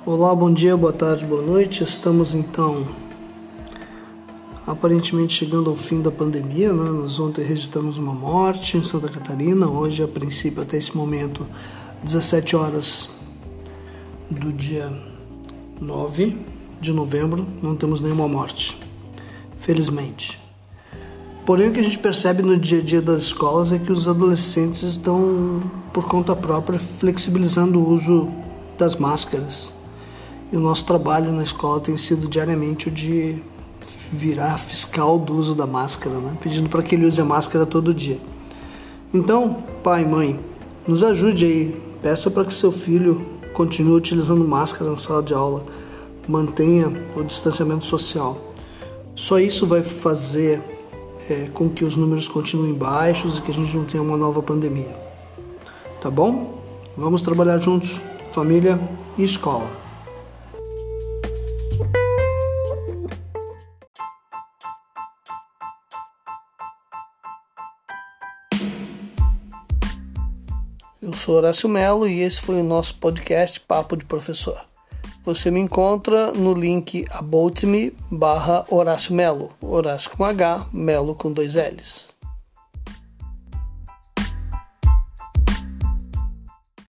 Olá, bom dia, boa tarde, boa noite. Estamos então aparentemente chegando ao fim da pandemia, né? Nós ontem registramos uma morte em Santa Catarina. Hoje, a princípio, até esse momento, 17 horas do dia 9 de novembro, não temos nenhuma morte, felizmente. Porém, o que a gente percebe no dia a dia das escolas é que os adolescentes estão, por conta própria, flexibilizando o uso das máscaras. E o nosso trabalho na escola tem sido diariamente o de virar fiscal do uso da máscara, né? Pedindo para que ele use a máscara todo dia. Então, pai, mãe, nos ajude aí. Peça para que seu filho continue utilizando máscara na sala de aula. Mantenha o distanciamento social. Só isso vai fazer com que os números continuem baixos e que a gente não tenha uma nova pandemia. Tá bom? Vamos trabalhar juntos, família e escola. Eu sou Horácio Melo e esse foi o nosso podcast Papo de Professor. Você me encontra no link aboutme/Horácio Melo, Horácio com H, Melo com 2 L's.